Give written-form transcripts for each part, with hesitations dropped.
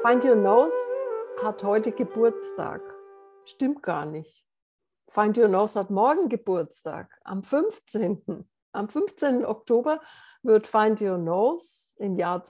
Find Your Nose hat heute Geburtstag. Stimmt gar nicht. Find Your Nose hat morgen Geburtstag, am 15. Am 15. Oktober wird Find Your Nose im Jahr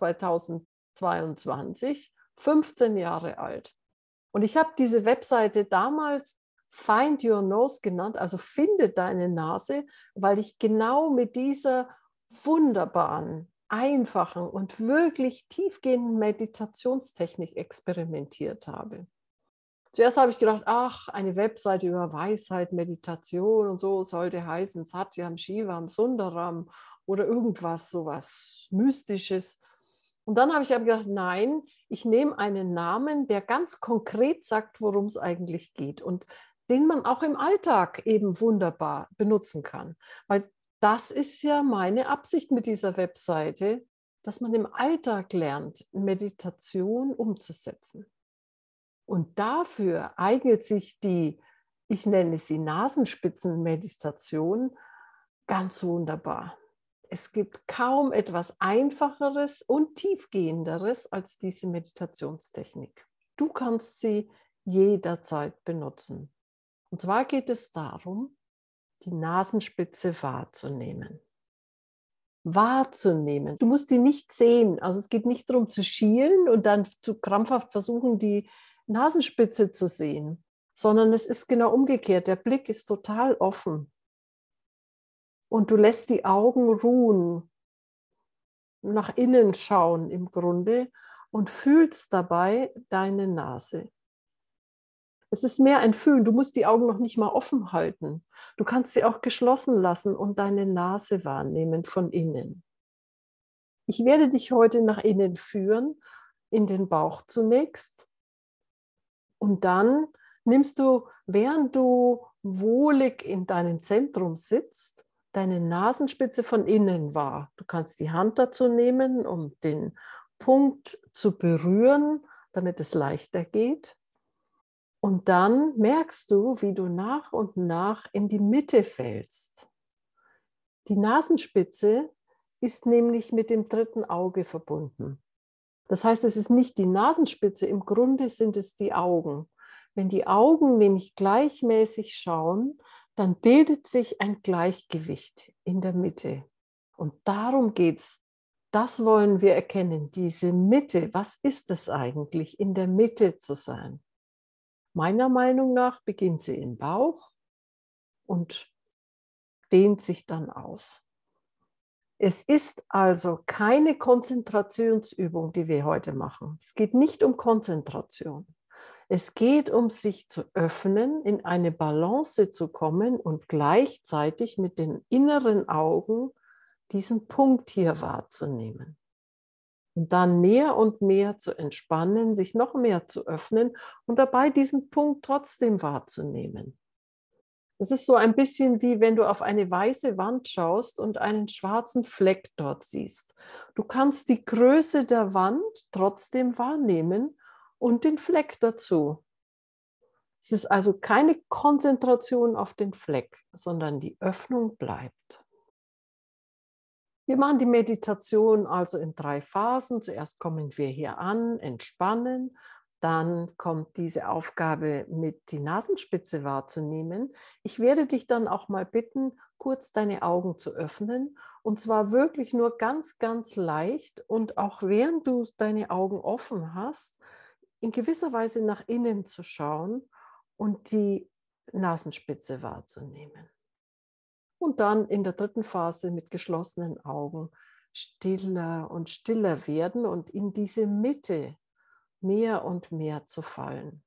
2022 15 Jahre alt. Und ich habe diese Webseite damals Find Your Nose genannt, also finde deine Nase, weil ich genau mit dieser wunderbaren, einfachen und wirklich tiefgehenden Meditationstechnik experimentiert habe. Zuerst habe ich gedacht, ach, eine Webseite über Weisheit, Meditation und so sollte heißen Satyam, Shivam, Sundaram oder irgendwas, sowas Mystisches. Und dann habe ich aber gedacht, nein, ich nehme einen Namen, der ganz konkret sagt, worum es eigentlich geht und den man auch im Alltag eben wunderbar benutzen kann. Weil das ist ja meine Absicht mit dieser Webseite, dass man im Alltag lernt, Meditation umzusetzen. Und dafür eignet sich die, ich nenne sie Nasenspitzenmeditation, ganz wunderbar. Es gibt kaum etwas Einfacheres und Tiefgehenderes als diese Meditationstechnik. Du kannst sie jederzeit benutzen. Und zwar geht es darum, die Nasenspitze wahrzunehmen. Wahrzunehmen. Du musst die nicht sehen. Also es geht nicht darum zu schielen und dann zu krampfhaft versuchen, die Nasenspitze zu sehen, sondern es ist genau umgekehrt. Der Blick ist total offen. Und du lässt die Augen ruhen, nach innen schauen im Grunde und fühlst dabei deine Nase. Es ist mehr ein Fühlen. Du musst die Augen noch nicht mal offen halten. Du kannst sie auch geschlossen lassen und deine Nase wahrnehmen von innen. Ich werde dich heute nach innen führen, in den Bauch zunächst. Und dann nimmst du, während du wohlig in deinem Zentrum sitzt, deine Nasenspitze von innen wahr. Du kannst die Hand dazu nehmen, um den Punkt zu berühren, damit es leichter geht. Und dann merkst du, wie du nach und nach in die Mitte fällst. Die Nasenspitze ist nämlich mit dem dritten Auge verbunden. Das heißt, es ist nicht die Nasenspitze, im Grunde sind es die Augen. Wenn die Augen nämlich gleichmäßig schauen, dann bildet sich ein Gleichgewicht in der Mitte. Und darum geht es. Das wollen wir erkennen, diese Mitte. Was ist es eigentlich, in der Mitte zu sein? Meiner Meinung nach beginnt sie im Bauch und dehnt sich dann aus. Es ist also keine Konzentrationsübung, die wir heute machen. Es geht nicht um Konzentration. Es geht um sich zu öffnen, in eine Balance zu kommen und gleichzeitig mit den inneren Augen diesen Punkt hier wahrzunehmen. Und dann mehr und mehr zu entspannen, sich noch mehr zu öffnen und dabei diesen Punkt trotzdem wahrzunehmen. Es ist so ein bisschen wie wenn du auf eine weiße Wand schaust und einen schwarzen Fleck dort siehst. Du kannst die Größe der Wand trotzdem wahrnehmen und den Fleck dazu. Es ist also keine Konzentration auf den Fleck, sondern die Öffnung bleibt. Wir machen die Meditation also in 3 Phasen. Zuerst kommen wir hier an, entspannen. Dann kommt diese Aufgabe, mit die Nasenspitze wahrzunehmen. Ich werde dich dann auch mal bitten, kurz deine Augen zu öffnen. Und zwar wirklich nur ganz, ganz leicht. Und auch während du deine Augen offen hast, in gewisser Weise nach innen zu schauen und die Nasenspitze wahrzunehmen. Und dann in der 3. Phase mit geschlossenen Augen stiller und stiller werden und in diese Mitte mehr und mehr zu fallen.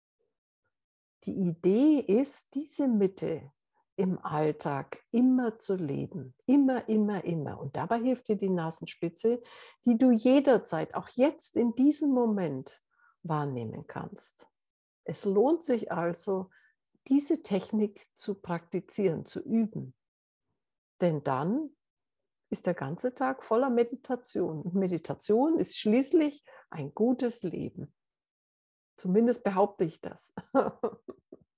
Die Idee ist, diese Mitte im Alltag immer zu leben. Immer, immer, immer. Und dabei hilft dir die Nasenspitze, die du jederzeit, auch jetzt in diesem Moment, wahrnehmen kannst. Es lohnt sich also, diese Technik zu praktizieren, zu üben. Denn dann ist der ganze Tag voller Meditation. Und Meditation ist schließlich ein gutes Leben. Zumindest behaupte ich das.